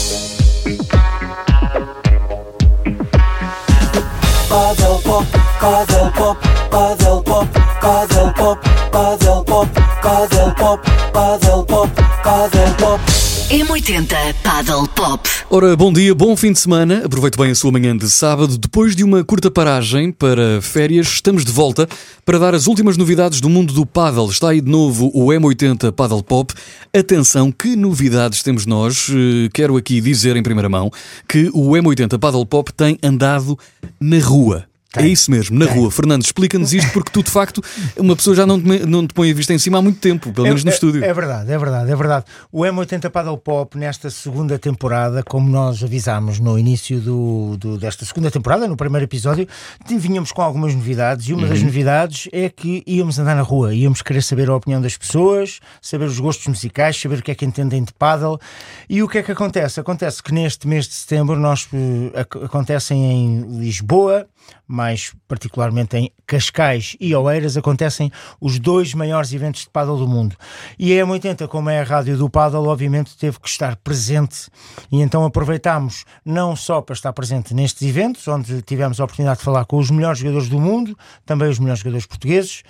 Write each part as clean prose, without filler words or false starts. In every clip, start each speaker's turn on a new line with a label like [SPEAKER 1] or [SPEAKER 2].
[SPEAKER 1] Paddle pop, paddle pop, paddle pop, paddle pop, paddle pop, paddle pop, paddle pop, paddle pop.
[SPEAKER 2] M80 Paddle Pop.
[SPEAKER 3] Ora, bom dia, bom fim de semana. Aproveite bem a sua manhã de sábado. Depois de uma curta paragem para férias, estamos de volta para dar as últimas novidades do mundo do paddle. Está aí de novo o M80 Paddle Pop. Atenção, que novidades temos nós? Quero aqui dizer em primeira mão que o M80 Paddle Pop tem andado na rua. É isso mesmo, na rua. Fernando, explica-nos isto porque tu, de facto, uma pessoa já não te põe a vista em cima há muito tempo, pelo menos no estúdio.
[SPEAKER 4] É verdade. O M80 Paddle Pop, nesta segunda temporada, como nós avisámos no início desta segunda temporada, no primeiro episódio, vínhamos com algumas novidades e uma das novidades é que íamos andar na rua, íamos querer saber a opinião das pessoas, saber os gostos musicais, saber o que é que entendem de paddle. E o que é que acontece? Acontece que neste mês de setembro acontecem em Lisboa, mais particularmente em Cascais e Oeiras, acontecem os dois maiores eventos de paddle do mundo. E a M80, como é a rádio do paddle, obviamente teve que estar presente, e então aproveitámos não só para estar presente nestes eventos, onde tivemos a oportunidade de falar com os melhores jogadores do mundo, também os melhores jogadores portugueses,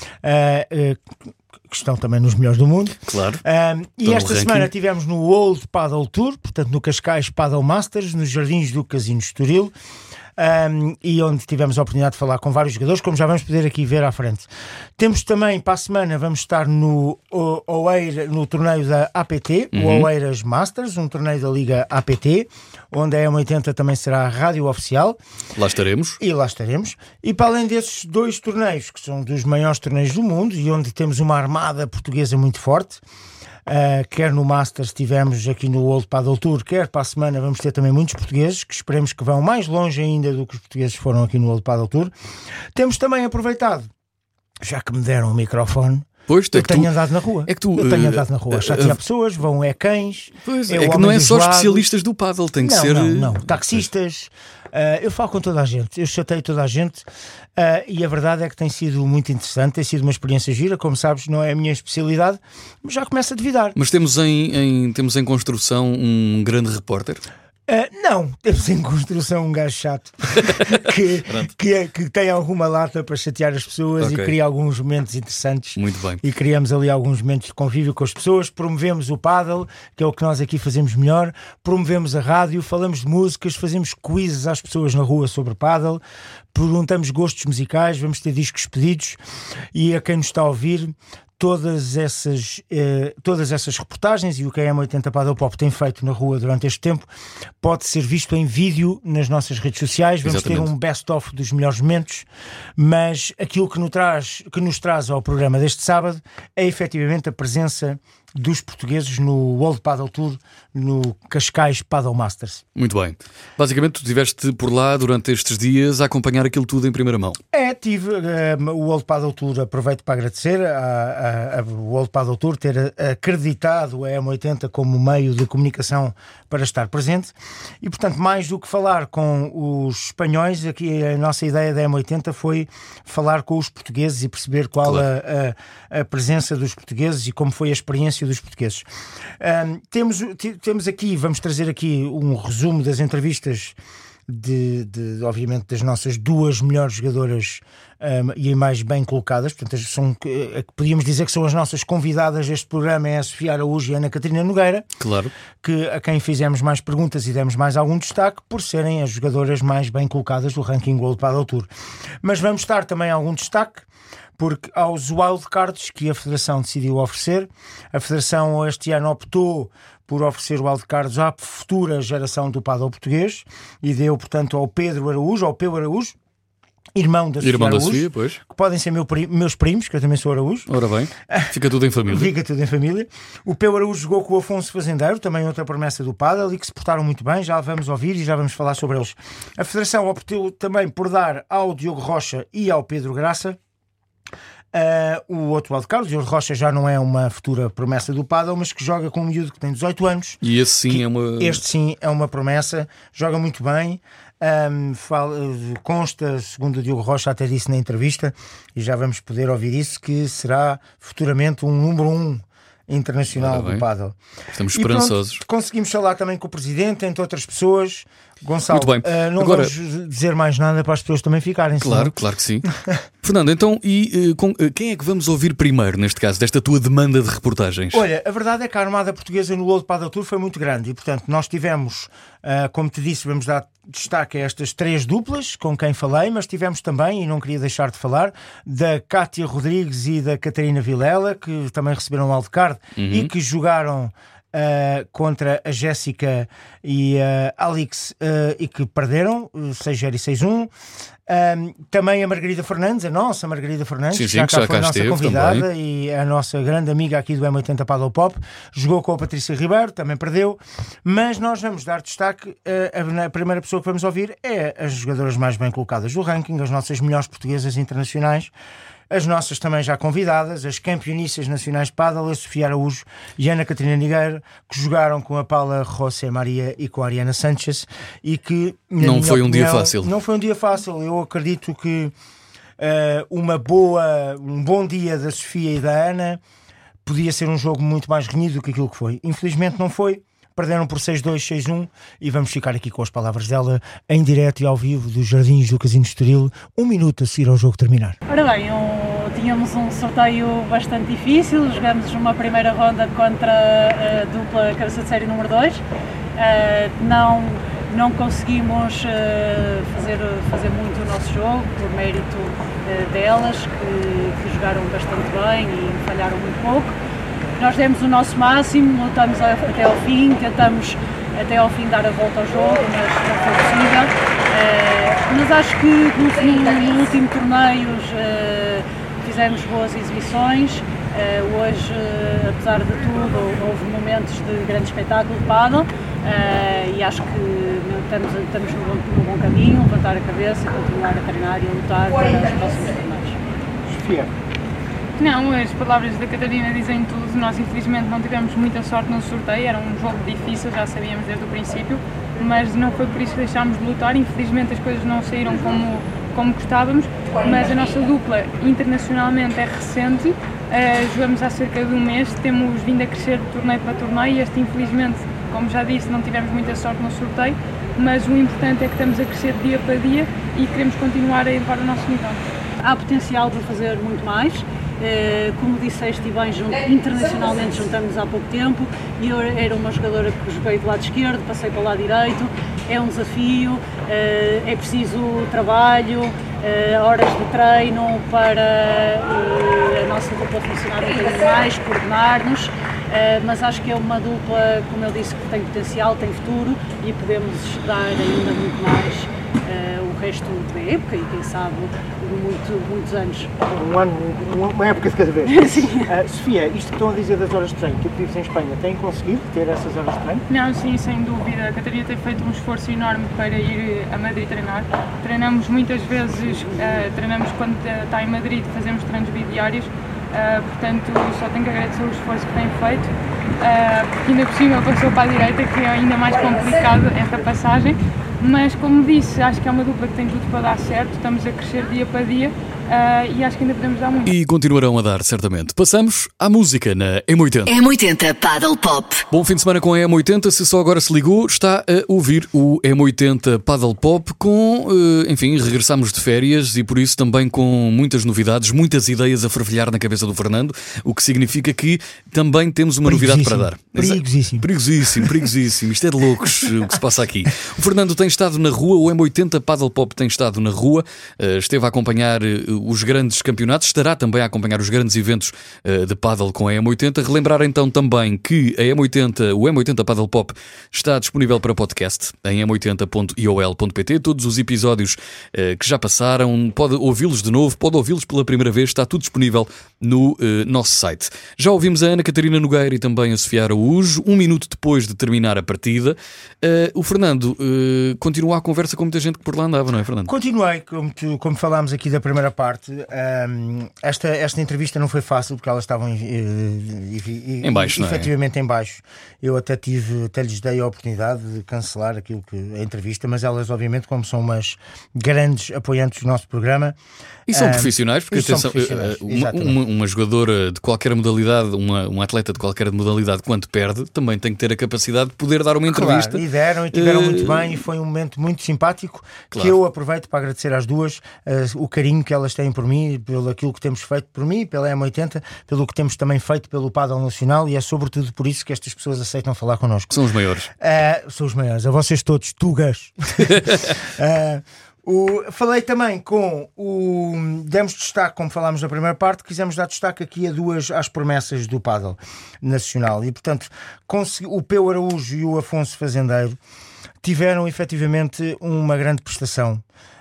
[SPEAKER 4] que estão também nos melhores do mundo.
[SPEAKER 3] Claro.
[SPEAKER 4] E esta semana estivemos no World Paddle Tour, portanto no Cascais Paddle Masters, nos Jardins do Casino Estoril, e onde tivemos a oportunidade de falar com vários jogadores, como já vamos poder aqui ver à frente. Temos também, para a semana, vamos estar no torneio da APT, o Oeiras Masters, um torneio da Liga APT, onde a M80 também será a rádio oficial.
[SPEAKER 3] Lá estaremos.
[SPEAKER 4] E para além desses dois torneios, que são dos maiores torneios do mundo, e onde temos uma armada portuguesa muito forte, quer no Masters tivemos aqui no World Paddle Tour, quer para a semana vamos ter também muitos portugueses, que esperemos que vão mais longe ainda do que os portugueses foram aqui no World Paddle Tour. Temos também aproveitado, já que me deram o microfone,
[SPEAKER 3] Pois,
[SPEAKER 4] eu tenho andado na rua. Eu tenho andado na rua. Já tinha pessoas, vão cães.
[SPEAKER 3] Pois, é que não é só especialistas do paddle, tem que ser.
[SPEAKER 4] Não. Taxistas. Eu falo com toda a gente, eu chateio toda a gente, e a verdade é que tem sido muito interessante, tem sido uma experiência gira. Como sabes, não é a minha especialidade, mas já começa a duvidar.
[SPEAKER 3] Mas temos em construção um grande repórter?
[SPEAKER 4] Não, temos em construção um gajo chato que tem alguma lata para chatear as pessoas, e cria alguns momentos interessantes.
[SPEAKER 3] Muito bem.
[SPEAKER 4] E criamos ali alguns momentos de convívio com as pessoas. Promovemos o paddle, que é o que nós aqui fazemos melhor. Promovemos a rádio, falamos de músicas, fazemos quizzes às pessoas na rua sobre paddle, perguntamos gostos musicais, vamos ter discos pedidos, e a quem nos está a ouvir, todas essas reportagens e o que a M80 Paddle Pop tem feito na rua durante este tempo pode ser visto em vídeo nas nossas redes sociais. Vamos ter um best-of dos melhores momentos, mas aquilo que nos traz ao programa deste sábado é efetivamente a presença dos portugueses no World Paddle Tour, no Cascais Paddle Masters.
[SPEAKER 3] Muito bem. Basicamente, tu estiveste por lá durante estes dias a acompanhar aquilo tudo em primeira mão.
[SPEAKER 4] Tive o World Paddle Tour. Aproveito para agradecer a World Paddle Tour ter acreditado a M80 como meio de comunicação para estar presente, e portanto, mais do que falar com os espanhóis, aqui a nossa ideia da M80 foi falar com os portugueses e perceber qual a presença dos portugueses e como foi a experiência dos portugueses. Temos aqui, vamos trazer aqui um resumo das entrevistas obviamente das nossas duas melhores jogadoras e mais bem colocadas. Portanto, podíamos dizer que são as nossas convidadas deste programa, é a Sofia Araújo e a Ana Catarina Nogueira,
[SPEAKER 3] claro,
[SPEAKER 4] a quem fizemos mais perguntas e demos mais algum destaque por serem as jogadoras mais bem colocadas do ranking World Paddle Tour. Mas vamos dar também algum destaque porque aos wildcards que a Federação decidiu oferecer. A Federação este ano optou por oferecer wildcards à futura geração do paddle português e deu, portanto, ao Pedro Araújo, ao Peu Araújo, irmão da Sofia,
[SPEAKER 3] pois.
[SPEAKER 4] Que podem ser meus primos, que eu também sou Araújo.
[SPEAKER 3] Ora bem, fica tudo em família.
[SPEAKER 4] Fica tudo em família. O Peu Araújo jogou com o Afonso Fazendeiro, também outra promessa do paddle, e que se portaram muito bem, já vamos ouvir e já vamos falar sobre eles. A Federação optou também por dar ao Diogo Rocha e ao Pedro Graça o outro wildcard. O Diogo Rocha já não é uma futura promessa do paddle, mas que joga com um miúdo que tem 18 anos.
[SPEAKER 3] E esse sim
[SPEAKER 4] Este sim é uma promessa, joga muito bem. Consta, segundo o Diogo Rocha até disse na entrevista, e já vamos poder ouvir isso, que será futuramente um número 1 Internacional do Paddle.
[SPEAKER 3] Estamos esperançosos.
[SPEAKER 4] Conseguimos falar também com o Presidente, entre outras pessoas. Gonçalo,
[SPEAKER 3] muito bem.
[SPEAKER 4] Não
[SPEAKER 3] Agora,
[SPEAKER 4] vamos dizer mais nada para as pessoas também ficarem.
[SPEAKER 3] Claro que sim. Fernando, então, quem é que vamos ouvir primeiro, neste caso, desta tua demanda de reportagens?
[SPEAKER 4] Olha, a verdade é que a Armada Portuguesa no World Paddle Tour foi muito grande e, portanto, nós tivemos, como te disse, vamos dar destaque a estas 3 duplas com quem falei, mas tivemos também, e não queria deixar de falar, da Cátia Rodrigues e da Catarina Vilela, que também receberam o wildcard e que jogaram contra a Jéssica e a Alex e que perderam 6-0 e 6-1. Também a Margarida Fernandes, a nossa Margarida Fernandes,
[SPEAKER 3] que já
[SPEAKER 4] foi a nossa convidada
[SPEAKER 3] também.
[SPEAKER 4] E a nossa grande amiga aqui do M80 Paddle Pop, jogou com a Patrícia Ribeiro, também perdeu, mas nós vamos dar destaque, a primeira pessoa que vamos ouvir é as jogadoras mais bem colocadas do ranking, as nossas melhores portuguesas internacionais, as nossas também já convidadas, as campeonistas nacionais de paddle, a Sofia Araújo e a Ana Catarina Nigueiro, que jogaram com a Paula José Maria e com a Ariana Sanchez e que
[SPEAKER 3] não foi um dia fácil.
[SPEAKER 4] Não foi um dia fácil. Eu acredito que um bom dia da Sofia e da Ana podia ser um jogo muito mais renhido do que aquilo que foi. Infelizmente não foi. Perderam por 6-2, 6-1 e vamos ficar aqui com as palavras dela em direto e ao vivo dos Jardins do Casino de Estoril, 1 minuto a seguir ao jogo terminar.
[SPEAKER 5] Ora bem, tínhamos um sorteio bastante difícil, jogamos uma primeira ronda contra a dupla cabeça de série número 2, não conseguimos fazer muito o nosso jogo por mérito delas, que jogaram bastante bem e falharam muito pouco. Nós demos o nosso máximo, lutamos até ao fim, tentamos até ao fim dar a volta ao jogo, mas não foi possível. Mas acho que no último torneio fizemos boas exibições. Hoje, apesar de tudo, houve momentos de grande espetáculo de paddle e acho que estamos no bom caminho, levantar a cabeça, continuar a treinar e a lutar para os próximos torneios.
[SPEAKER 4] Sofia.
[SPEAKER 6] Não, as palavras da Catarina dizem tudo. Nós infelizmente não tivemos muita sorte no sorteio, era um jogo difícil, já sabíamos desde o princípio, mas não foi por isso que deixámos de lutar. Infelizmente as coisas não saíram como gostávamos, mas a nossa dupla internacionalmente é recente, jogamos há cerca de um mês, temos vindo a crescer de torneio para torneio. Este infelizmente, como já disse, não tivemos muita sorte no sorteio, mas o importante é que estamos a crescer dia para dia e queremos continuar a elevar o nosso nível.
[SPEAKER 5] Há potencial para fazer muito mais. Como disseste e bem, internacionalmente juntamos há pouco tempo e eu era uma jogadora que joguei do lado esquerdo, passei para o lado direito, é um desafio, é preciso trabalho, horas de treino para a nossa dupla funcionar um bocadinho mais, coordenar-nos, mas acho que é uma dupla, como eu disse, que tem potencial, tem futuro e podemos dar ainda muito mais o resto da época e quem sabe muitos anos.
[SPEAKER 4] Uma época de cada vez.
[SPEAKER 5] Sim.
[SPEAKER 4] Sofia, isto que estão a dizer das horas de treino, tu que vives em Espanha, têm conseguido ter essas horas de treino?
[SPEAKER 6] Não, sim, sem dúvida. A Catarina tem feito um esforço enorme para ir a Madrid treinar. Treinamos muitas vezes, treinamos quando está em Madrid, fazemos treinos bidiários, portanto só tenho que agradecer o esforço que tem feito, porque ainda por cima passou para a direita, que é ainda mais complicado esta passagem. Mas, como disse, acho que é uma dupla que tem tudo para dar certo, estamos a crescer dia para dia e acho que ainda podemos dar muito.
[SPEAKER 3] E continuarão a dar, certamente. Passamos à música na M80.
[SPEAKER 2] M80 Paddle Pop.
[SPEAKER 3] Bom fim de semana com a M80. Se só agora se ligou, está a ouvir o M80 Paddle Pop com, enfim, regressamos de férias e por isso também com muitas novidades, muitas ideias a fervilhar na cabeça do Fernando, o que significa que também temos uma novidade para dar.
[SPEAKER 4] Perigosíssimo.
[SPEAKER 3] Perigosíssimo. Isto é de loucos o que se passa aqui. O Fernando tem estado na rua, o M80 Paddle Pop tem estado na rua, esteve a acompanhar os grandes campeonatos, estará também a acompanhar os grandes eventos de paddle com a M80. Relembrar então também que a M80, o M80 Paddle Pop está disponível para podcast em m80.iol.pt. Todos os episódios que já passaram, pode ouvi-los de novo, pode ouvi-los pela primeira vez, está tudo disponível no nosso site. Já ouvimos a Ana Catarina Nogueira e também a Sofia Araújo, 1 minuto depois de terminar a partida. O Fernando continua a conversa com muita gente que por lá andava, não é, Fernando?
[SPEAKER 4] Continuei, como falámos aqui da primeira parte. Esta entrevista não foi fácil porque elas estavam
[SPEAKER 3] em baixo,
[SPEAKER 4] efetivamente em baixo. Eu até lhes dei a oportunidade de cancelar a entrevista, mas elas, obviamente, como são umas grandes apoiantes do nosso programa.
[SPEAKER 3] E são profissionais, porque atenção, uma jogadora de qualquer modalidade, um atleta de qualquer modalidade, quando perde, também tem que ter a capacidade de poder dar uma entrevista.
[SPEAKER 4] Claro, e tiveram muito bem, e foi um momento muito simpático, claro, que eu aproveito para agradecer às duas o carinho que elas têm por mim, pelo aquilo que temos feito por mim, pela M80, pelo que temos também feito pelo Paddle Nacional, e é sobretudo por isso que estas pessoas aceitam falar connosco.
[SPEAKER 3] São os maiores.
[SPEAKER 4] São os maiores, a vocês todos, tugas. Falei também com demos destaque, como falámos na primeira parte, quisemos dar destaque aqui às promessas do Paddle Nacional, e portanto o Peu Araújo e o Afonso Fazendeiro tiveram efetivamente uma grande prestação.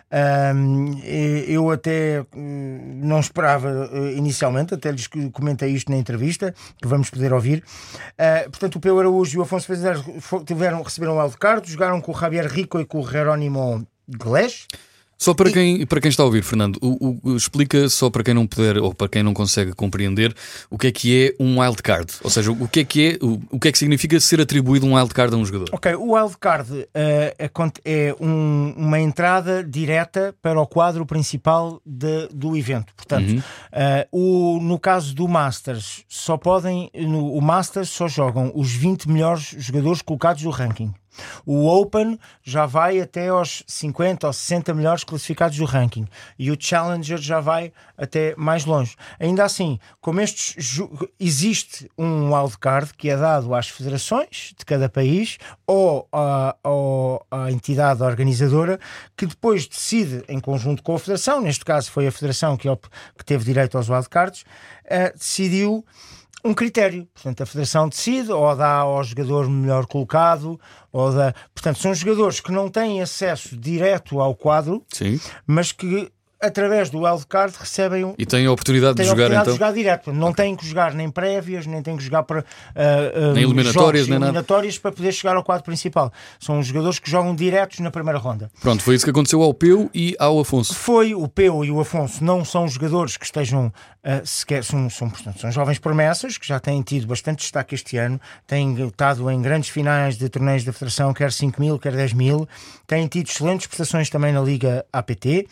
[SPEAKER 4] Eu até não esperava inicialmente, até lhes comentei isto na entrevista, que vamos poder ouvir. Portanto, o Peu Araújo e o Afonso Fazendeiro receberam o wildcard, jogaram com o Javier Rico e com o Jerónimo Gles.
[SPEAKER 3] Só para quem está a ouvir, Fernando, explica só para quem não puder ou para quem não consegue compreender o que é um wildcard, ou seja, o que é que significa ser atribuído um wildcard a um jogador.
[SPEAKER 4] Ok, o wildcard é uma entrada direta para o quadro principal do evento. Portanto, no caso do Masters, o Masters só jogam os 20 melhores jogadores colocados do ranking. O Open já vai até aos 50 ou 60 melhores classificados do ranking, e o Challenger já vai até mais longe. Ainda assim, como existe um wildcard que é dado às federações de cada país ou à entidade organizadora, que depois decide em conjunto com a federação, neste caso foi a federação que teve direito aos wildcards, decidiu um critério. Portanto, a federação decide ou dá ao jogador melhor colocado, portanto, são jogadores que não têm acesso direto ao quadro, sim, mas que através do wildcard recebem
[SPEAKER 3] e têm a oportunidade de jogar
[SPEAKER 4] direto. Não têm que jogar nem prévias, nem têm que jogar para
[SPEAKER 3] nem eliminatórias, nem
[SPEAKER 4] eliminatórias para poder chegar ao quadro principal. São os jogadores que jogam diretos na primeira ronda.
[SPEAKER 3] Pronto, foi isso que aconteceu ao Peu e ao Afonso.
[SPEAKER 4] Foi o Peu e o Afonso, não são jogadores que estejam sequer, são jovens promessas que já têm tido bastante destaque este ano, têm estado em grandes finais de torneios da Federação, quer 5.000, quer 10.000, têm tido excelentes prestações também na Liga APT.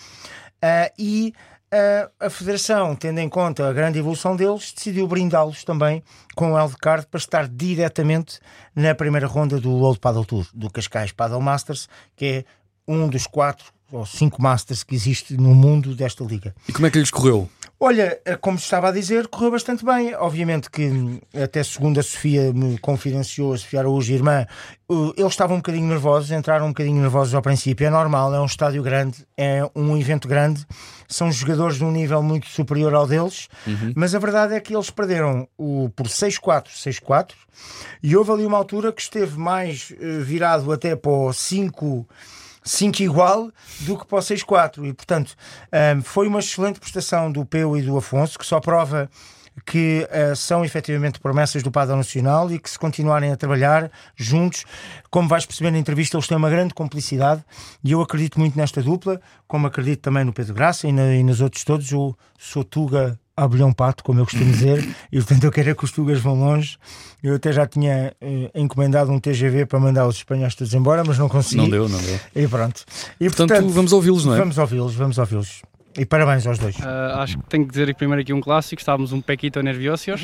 [SPEAKER 4] A Federação, tendo em conta a grande evolução deles, decidiu brindá-los também com o wildcard para estar diretamente na primeira ronda do World Paddle Tour, do Cascais Paddle Masters, que é um dos 4 ou 5 Masters que existe no mundo desta liga.
[SPEAKER 3] E como é que lhes correu?
[SPEAKER 4] Olha, como estava a dizer, correu bastante bem. Obviamente que, até segundo a Sofia me confidenciou, a Sofia Araújo, irmã, eles estavam um bocadinho nervosos, entraram um bocadinho nervosos ao princípio. É normal, é um estádio grande, é um evento grande, são jogadores de um nível muito superior ao deles, mas a verdade é que eles perderam por 6-4, 6-4, e houve ali uma altura que esteve mais virado até para o 5 igual do que para o 6-4, e portanto foi uma excelente prestação do Peu e do Afonso, que só prova que são efetivamente promessas do Paddle Nacional e que, se continuarem a trabalhar juntos, como vais perceber na entrevista, eles têm uma grande cumplicidade, e eu acredito muito nesta dupla, como acredito também no Pedro Graça e nos outros todos. Eu sou Tuga a bolhão pato, como eu costumo dizer, e portanto eu quero que os Tugas vão longe. Eu até já tinha encomendado um TGV para mandar os espanhóis todos embora, mas não consegui.
[SPEAKER 3] Não deu.
[SPEAKER 4] E pronto.
[SPEAKER 3] E portanto vamos ouvi-los, não é?
[SPEAKER 4] Vamos ouvi-los. E parabéns aos dois.
[SPEAKER 7] Acho que tenho que dizer primeiro aqui um clássico. Estávamos um pequito nerviosos.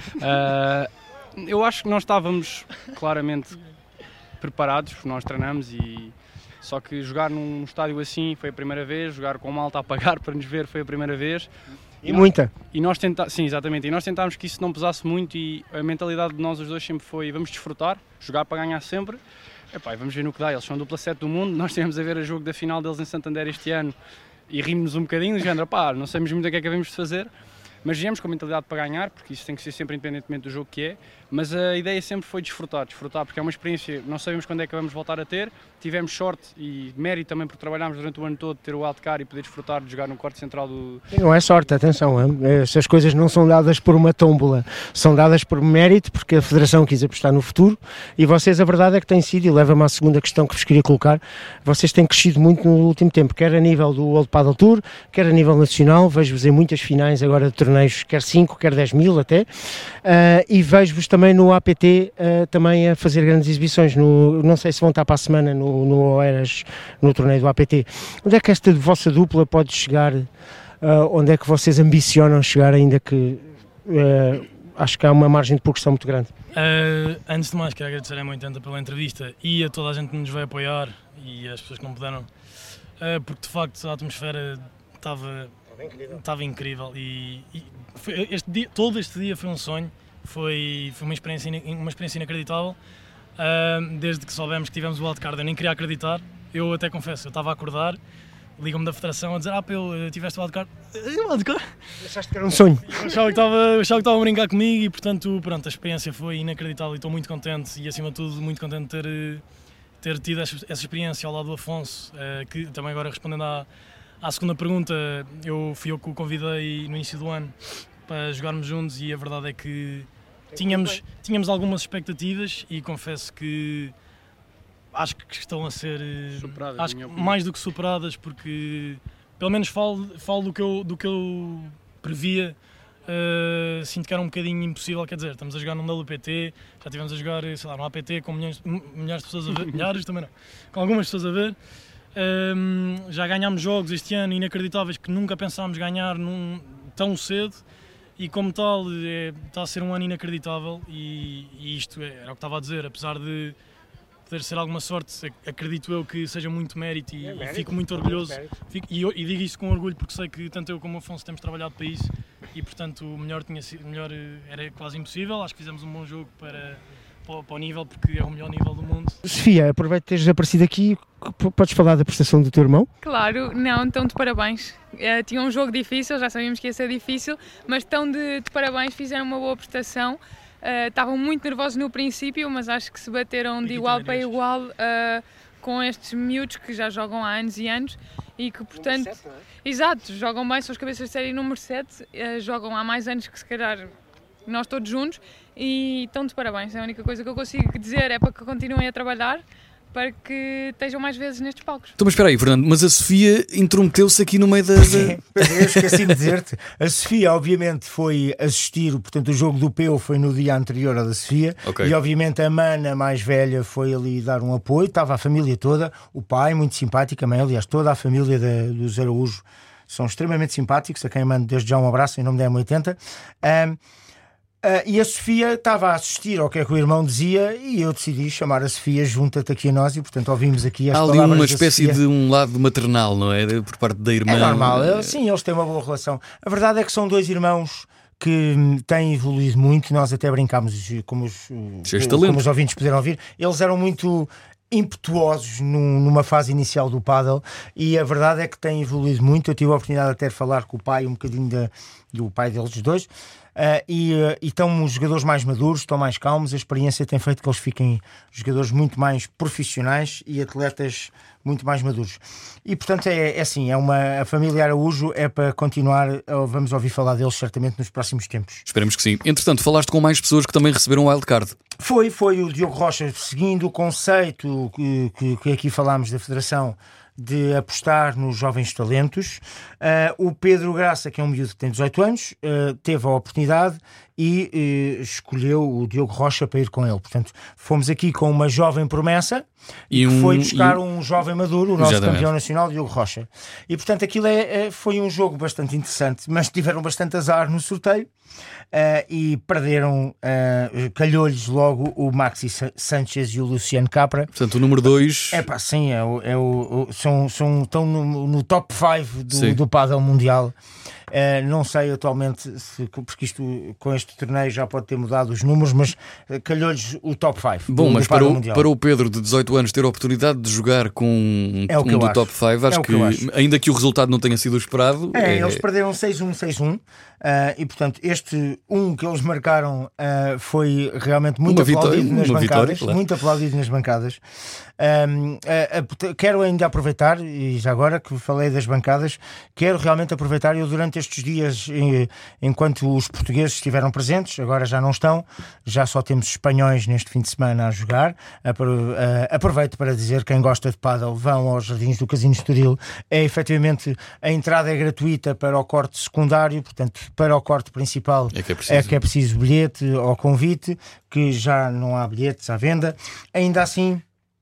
[SPEAKER 7] Eu acho que nós estávamos claramente preparados, porque nós treinamos, só que jogar num estádio assim foi a primeira vez, jogar com malta a pagar para nos ver foi a primeira vez.
[SPEAKER 4] E muita.
[SPEAKER 7] Sim, exatamente. E nós tentámos que isso não pesasse muito, e a mentalidade de nós os dois sempre foi: vamos desfrutar, jogar para ganhar sempre. E vamos ver no que dá. Eles são dupla 7 do mundo. Nós estivemos a ver o jogo da final deles em Santander este ano e rimos um bocadinho, do género, não sabemos muito o que é que devemos de fazer, mas viemos com a mentalidade para ganhar, porque isso tem que ser sempre independentemente do jogo que é. Mas a ideia sempre foi desfrutar, porque é uma experiência, não sabemos quando é que vamos voltar a ter. Tivemos sorte e mérito também por trabalharmos durante o ano todo, ter o wildcard e poder desfrutar de jogar no quarto central do...
[SPEAKER 4] Não é sorte, atenção, essas coisas não são dadas por uma tómbola, são dadas por mérito, porque a Federação quis apostar no futuro e vocês, a verdade é que têm sido, e leva-me à segunda questão que vos queria colocar, vocês têm crescido muito no último tempo, quer a nível do World Padel Tour, quer a nível nacional, vejo-vos em muitas finais agora de torneios, quer 5, quer 10 mil até, e vejo-vos também no APT também a fazer grandes exibições, não sei se vão estar para a semana no Oeiras, no torneio do APT. Onde é que esta vossa dupla pode chegar? Onde é que vocês ambicionam chegar, ainda que acho que há uma margem de progressão muito grande?
[SPEAKER 8] Antes de mais, quero agradecer a M80 pela entrevista e a toda a gente que nos vai apoiar e as pessoas que não puderam, porque de facto a atmosfera estava incrível e todo este dia foi um sonho, foi uma experiência inacreditável. Desde que soubemos que tivemos o wildcard, eu nem queria acreditar. Eu até confesso, eu estava a acordar, ligam-me da Federação a dizer: eu tiveste o wildcard.
[SPEAKER 4] Achaste que era um sonho?
[SPEAKER 8] Eu achava que estavam a brincar comigo e, portanto, pronto, a experiência foi inacreditável e estou muito contente e, acima de tudo, muito contente de ter tido essa experiência ao lado do Afonso, que também agora respondendo à segunda pergunta, fui eu que o convidei no início do ano para jogarmos juntos e a verdade é que tínhamos algumas expectativas e confesso que acho que estão a ser
[SPEAKER 7] superadas,
[SPEAKER 8] mais do que superadas, porque pelo menos falo do que eu previa. Sinto que era um bocadinho impossível, quer dizer, estamos a jogar num WPT, já estivemos a jogar, sei lá, no APT com milhares de pessoas a ver, milhares também não, com algumas pessoas a ver. Já ganhámos jogos este ano inacreditáveis que nunca pensámos ganhar tão cedo. E como tal, está a ser um ano inacreditável e isto era o que estava a dizer, apesar de poder ser alguma sorte, acredito eu que seja muito mérito e fico muito orgulhoso. E digo isso com orgulho porque sei que tanto eu como o Afonso temos trabalhado para isso e portanto o melhor era quase impossível. Acho que fizemos um bom jogo para o nível, porque é o melhor nível do mundo.
[SPEAKER 4] Sofia, aproveito de teres aparecido aqui, podes falar da prestação do teu irmão?
[SPEAKER 6] Claro, não, estão de parabéns. Tinha um jogo difícil, já sabíamos que ia ser difícil, mas estão de parabéns, fizeram uma boa prestação. Estavam muito nervosos no princípio, mas acho que se bateram de igual para igual com estes miúdos que já jogam há anos e anos e que, portanto, 7, não é? Exato, jogam bem, são os cabeças de série número 7, jogam há mais anos que se calhar nós todos juntos e estão de parabéns. A única coisa que eu consigo dizer é para que continuem a trabalhar para que estejam mais vezes nestes palcos.
[SPEAKER 3] Então, mas espera aí, Fernando, mas a Sofia intrometeu-se aqui no meio da...
[SPEAKER 4] Eu esqueci de dizer-te, a Sofia obviamente foi assistir, portanto o jogo do Peu foi no dia anterior ao da Sofia, okay. E obviamente a Mana mais velha foi ali dar um apoio, estava a família toda, o pai muito simpático, a mãe, aliás toda a família dos Araújo são extremamente simpáticos, a quem mando desde já um abraço em nome da M80. E a Sofia estava a assistir ao que é que o irmão dizia e eu decidi chamar a Sofia, junta-te aqui a nós e portanto ouvimos aqui as palavras da Sofia. Há ali uma espécie
[SPEAKER 3] de um lado maternal, não é? Por parte da irmã.
[SPEAKER 4] É normal, sim, eles têm uma boa relação. A verdade é que são dois irmãos que têm evoluído muito, nós até brincámos, como os ouvintes puderam ouvir, eles eram muito impetuosos numa fase inicial do pádel e a verdade é que têm evoluído muito. Eu tive a oportunidade até de falar com o pai, um bocadinho do pai deles dois. E estão os jogadores mais maduros, estão mais calmos, a experiência tem feito que eles fiquem jogadores muito mais profissionais e atletas muito mais maduros. E portanto é assim, a família Araújo é para continuar, vamos ouvir falar deles certamente nos próximos tempos.
[SPEAKER 3] Esperemos que sim. Entretanto, falaste com mais pessoas que também receberam o wildcard.
[SPEAKER 4] Foi o Diogo Rocha, seguindo o conceito que aqui falámos da Federação, de apostar nos jovens talentos. O Pedro Graça, que é um miúdo que tem 18 anos, teve a oportunidade e escolheu o Diogo Rocha para ir com ele. Portanto, fomos aqui com uma jovem promessa que foi buscar um jovem maduro, o nosso campeão nacional, Diogo Rocha. E portanto aquilo foi um jogo bastante interessante, mas tiveram bastante azar no sorteio e perderam, calhou-lhes logo o Maxi Sanchez e o Luciano Capra.
[SPEAKER 3] Portanto, o número 2...
[SPEAKER 4] Sim, estão no top 5 do pádel mundial. Não sei atualmente, porque isto com este torneio já pode ter mudado os números, mas calhou-lhes o top 5.
[SPEAKER 3] Bom, mas para o Pedro de 18 anos ter a oportunidade de jogar com um do top 5, acho que ainda que o resultado não tenha sido o esperado...
[SPEAKER 4] Eles perderam 6-1, 6-1. E portanto este que eles marcaram foi realmente muito aplaudido nas bancadas, claro. Muito aplaudido nas bancadas. Quero ainda aproveitar, e já agora que falei das bancadas, quero realmente aproveitar. Eu durante estes dias, enquanto os portugueses estiveram presentes, agora já não estão, já só temos espanhóis neste fim de semana a jogar. Aproveito para dizer, quem gosta de pádel, vão aos Jardins do Casino Estoril. Efetivamente a entrada é gratuita para o corte secundário, portanto para o corte principal é que é preciso bilhete ou convite, que já não há bilhetes à venda. Ainda assim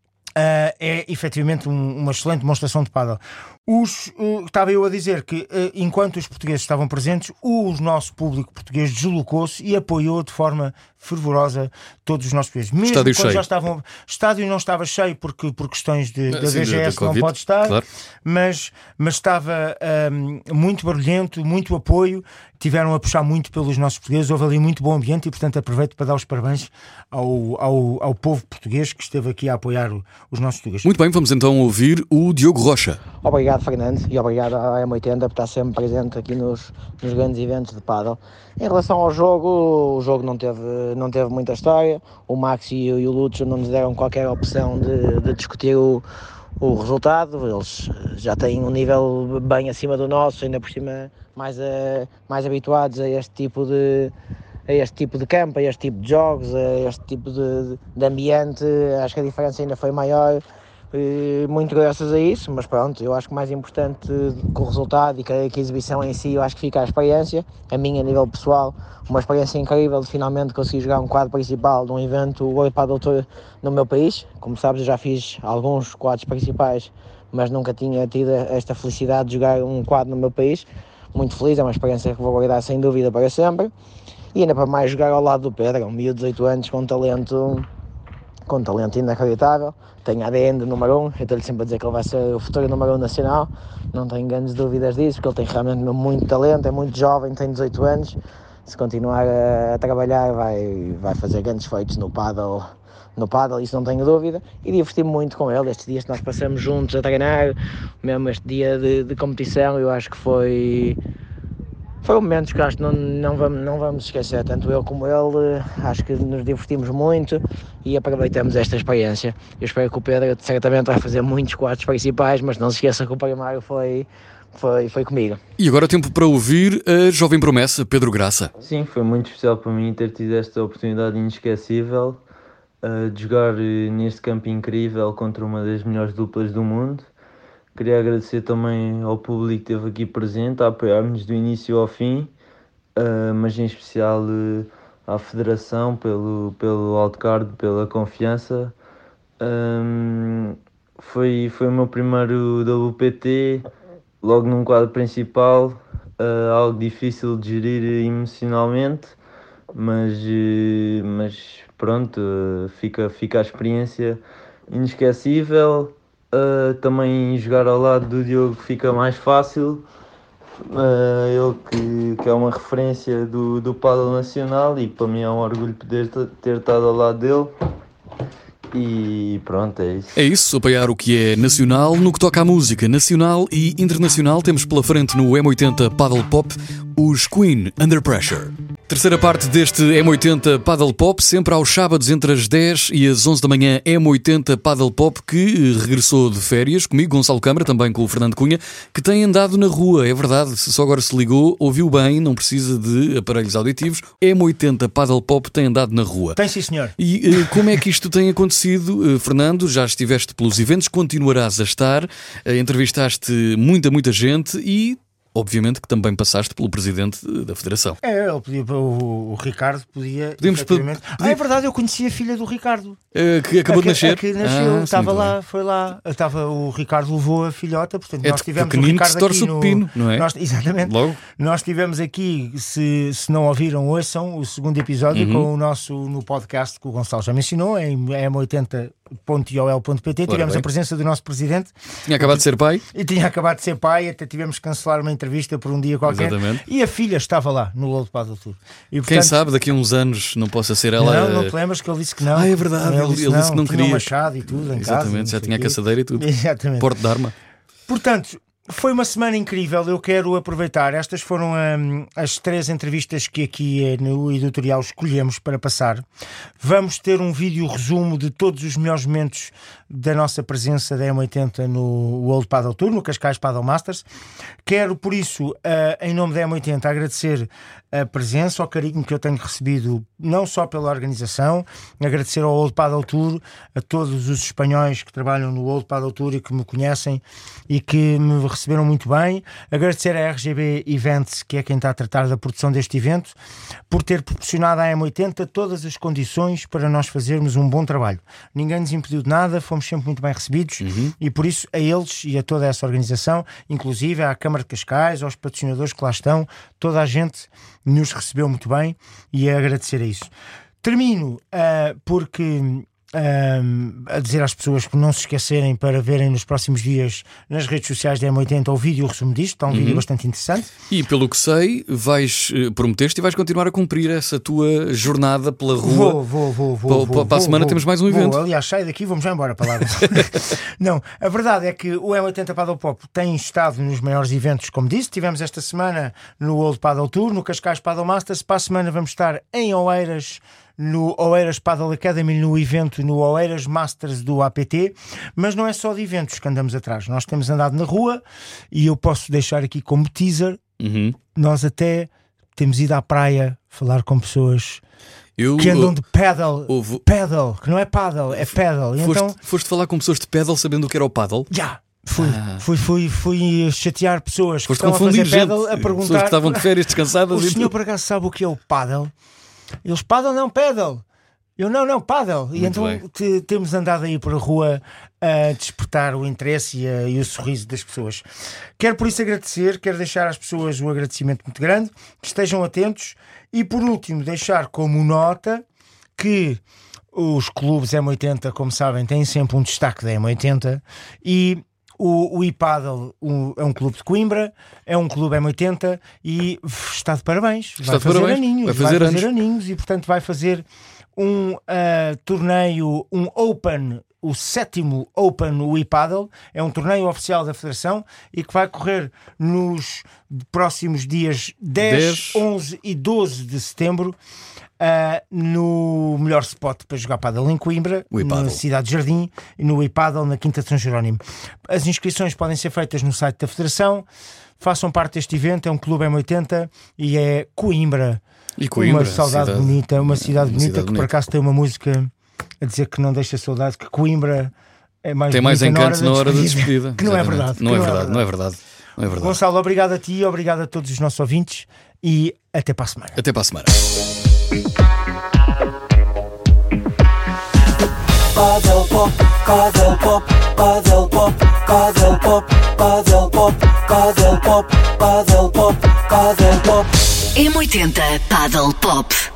[SPEAKER 4] é efetivamente uma excelente demonstração de pádel. Estava eu a dizer que enquanto os portugueses estavam presentes, o nosso público português deslocou-se e apoiou de forma fervorosa todos os nossos portugueses. Mesmo
[SPEAKER 3] estádio
[SPEAKER 4] quando
[SPEAKER 3] cheio.
[SPEAKER 4] O estádio não estava cheio por questões da DGS, não pode estar,
[SPEAKER 3] claro.
[SPEAKER 4] mas estava muito barulhento, muito apoio. Tiveram a puxar muito pelos nossos portugueses, houve ali muito bom ambiente e, portanto, aproveito para dar os parabéns ao povo português que esteve aqui a apoiar os nossos portugueses.
[SPEAKER 3] Muito bem, vamos então ouvir o Diogo Rocha.
[SPEAKER 9] Obrigado, Fernando, e obrigado à M80 por estar sempre presente aqui nos grandes eventos de pádel. Em relação ao jogo, o jogo não teve muita história. O Max e o Lúcio não nos deram qualquer opção de discutir o resultado. Eles já têm um nível bem acima do nosso, ainda por cima mais habituados a este tipo de campo, a este tipo de jogos, a este tipo de ambiente. Acho que a diferença ainda foi maior, muito graças a isso, mas pronto, eu acho que mais importante que o resultado e que a exibição em si, eu acho que fica a experiência. A minha, a nível pessoal, uma experiência incrível de finalmente conseguir jogar um quadro principal de um evento World Padel Tour no meu país. Como sabes, eu já fiz alguns quadros principais, mas nunca tinha tido esta felicidade de jogar um quadro no meu país. Muito feliz, é uma experiência que vou guardar sem dúvida para sempre. E ainda para mais jogar ao lado do Pedro, um miúdo de 18 anos com talento inacreditável. Tem ADN de número 1, eu estou-lhe sempre a dizer que ele vai ser o futuro número 1 nacional, não tenho grandes dúvidas disso, porque ele tem realmente muito talento, é muito jovem, tem 18 anos, se continuar a trabalhar vai fazer grandes feitos no paddle, isso não tenho dúvida, e diverti-me muito com ele. Estes dias que nós passamos juntos a treinar, mesmo este dia de competição, eu acho que foram momentos que acho que não vamos esquecer, tanto eu como ele. Acho que nos divertimos muito e aproveitamos esta experiência. Eu espero que o Pedro certamente vai fazer muitos quadros principais, mas não se esqueça que o primeiro foi comigo.
[SPEAKER 3] E agora tempo para ouvir a jovem promessa, Pedro Graça.
[SPEAKER 10] Sim, foi muito especial para mim ter tido esta oportunidade inesquecível de jogar neste campo incrível contra uma das melhores duplas do mundo. Queria agradecer também ao público que esteve aqui presente a apoiar-nos do início ao fim, mas em especial à Federação pelo wildcard, pela confiança. Foi o meu primeiro WPT, logo num quadro principal, algo difícil de gerir emocionalmente, mas pronto, fica a experiência inesquecível. Também jogar ao lado do Diogo fica mais fácil, ele que é uma referência do pádel nacional, e para mim é um orgulho poder ter estado ao lado dele. E pronto, é isso.
[SPEAKER 3] É isso, apoiar o que é nacional. No que toca à música nacional e internacional, temos pela frente no M80 Paddle Pop os Queen, Under Pressure. Terceira parte deste M80 Paddle Pop, sempre aos sábados entre as 10 e as 11 da manhã, M80 Paddle Pop, que regressou de férias comigo, Gonçalo Câmara, também com o Fernando Cunha, que tem andado na rua, é verdade, se só agora se ligou, ouviu bem, não precisa de aparelhos auditivos, M80 Paddle Pop tem andado na rua.
[SPEAKER 4] Tem sim, senhor.
[SPEAKER 3] E como é que isto tem acontecido, Fernando? Já estiveste pelos eventos, continuarás a estar, entrevistaste muita gente e... obviamente que também passaste pelo presidente da Federação.
[SPEAKER 4] Ele podia, o Ricardo podia... é verdade, eu conheci a filha do Ricardo.
[SPEAKER 3] Que acabou de nascer?
[SPEAKER 4] Que nasceu, estava lá, foi lá. O Ricardo levou a filhota, portanto nós tivemos o Ricardo
[SPEAKER 3] que se torce
[SPEAKER 4] aqui
[SPEAKER 3] o pepino, não é?
[SPEAKER 4] Exatamente.
[SPEAKER 3] Logo.
[SPEAKER 4] Nós tivemos aqui, se não ouviram, ouçam o segundo episódio no podcast que o Gonçalo já mencionou, em M80 padel.iol.pt. Tivemos a presença do nosso presidente.
[SPEAKER 3] Tinha acabado de ser pai.
[SPEAKER 4] E tinha acabado de ser pai, até tivemos que cancelar uma entrevista por um dia qualquer.
[SPEAKER 3] Exatamente.
[SPEAKER 4] E a filha estava lá no World Padel Tour. E, portanto,
[SPEAKER 3] quem sabe daqui a uns anos não possa ser ela.
[SPEAKER 4] Não te lembras que ele disse que não?
[SPEAKER 3] É verdade, ele disse que não queria.
[SPEAKER 4] Tinha um machado e tudo em casa.
[SPEAKER 3] Exatamente, já tinha a caçadeira e tudo.
[SPEAKER 4] Exatamente.
[SPEAKER 3] Porte de arma.
[SPEAKER 4] Portanto, foi uma semana incrível, eu quero aproveitar. Estas foram as 3 entrevistas que aqui no editorial escolhemos para passar. Vamos ter um vídeo resumo de todos os melhores momentos da nossa presença da M80 no World Padel Tour, no Cascais Padel Masters. Quero, por isso, em nome da M80, agradecer a presença, o carinho que eu tenho recebido, não só pela organização, agradecer ao World Padel Tour, a todos os espanhóis que trabalham no World Padel Tour e que me conhecem e que me receberam muito bem, agradecer à RGB Events, que é quem está a tratar da produção deste evento, por ter proporcionado à M80 todas as condições para nós fazermos um bom trabalho. Ninguém nos impediu de nada, fomos sempre muito bem recebidos e por isso a eles e a toda essa organização, inclusive à Câmara de Cascais, aos patrocinadores que lá estão, toda a gente nos recebeu muito bem e a agradecer a isso. Termino porque a dizer às pessoas que não se esquecerem para verem nos próximos dias nas redes sociais da M80 o vídeo resumo disto, está um vídeo bastante interessante.
[SPEAKER 3] E pelo que sei, prometeste e vais continuar a cumprir essa tua jornada pela rua. Vou. Para a semana temos mais um evento.
[SPEAKER 4] Aliás, sai daqui, vamos já embora para lá. Não, a verdade é que o M80 Padel Pop tem estado nos maiores eventos, como disse. Tivemos esta semana no World Padel Tour, no Cascais Padel Masters. Para a semana vamos estar em Oeiras, no Oeiras Padel Academy, no evento no Oeiras Masters do APT. Mas não é só de eventos que andamos atrás, nós temos andado na rua e eu posso deixar aqui como teaser, nós até temos ido à praia falar com pessoas que andam de paddle, que não é paddle, é paddle.
[SPEAKER 3] Foste falar com pessoas de paddle sabendo o que era o paddle?
[SPEAKER 4] Já! Fui chatear pessoas que
[SPEAKER 3] foste
[SPEAKER 4] estão a fazer paddle, a perguntar,
[SPEAKER 3] pessoas que estavam de férias descansadas.
[SPEAKER 4] O senhor por acaso sabe o que é o paddle? Eles paddle não paddle. Eu não paddle. E então temos andado aí por a rua a despertar o interesse e o sorriso das pessoas. Quero por isso agradecer, quero deixar às pessoas um agradecimento muito grande, que estejam atentos e por último deixar como nota que os clubes M80, como sabem, têm sempre um destaque da M80 e o iPadel é um clube de Coimbra, é um clube M80 e está de parabéns. Vai fazer aninhos e portanto vai fazer um torneio, um Open, o 7º Open iPadel, é um torneio oficial da Federação e que vai correr nos próximos dias 10, 11 e 12 de setembro no melhor spot para jogar pádel em Coimbra, na Cidade de Jardim, e no iPadel na Quinta de São Jerónimo. As inscrições podem ser feitas no site da Federação. Façam parte deste evento, é um clube M80 e é Coimbra.
[SPEAKER 3] E Coimbra,
[SPEAKER 4] uma cidade bonita, que por acaso tem uma música a dizer que não deixa saudade, que Coimbra é mais,
[SPEAKER 3] tem mais encanto na hora da despedida.
[SPEAKER 4] Que não é verdade.
[SPEAKER 3] Não é verdade.
[SPEAKER 4] Gonçalo, obrigado a ti, obrigado a todos os nossos ouvintes e até para a semana.
[SPEAKER 3] Até para a semana.
[SPEAKER 1] Padel Pop, Padel Pop, Padel Pop, Padel Pop, Padel Pop, Padel Pop, Padel Pop, Padel Pop.
[SPEAKER 2] M80 Padel Pop.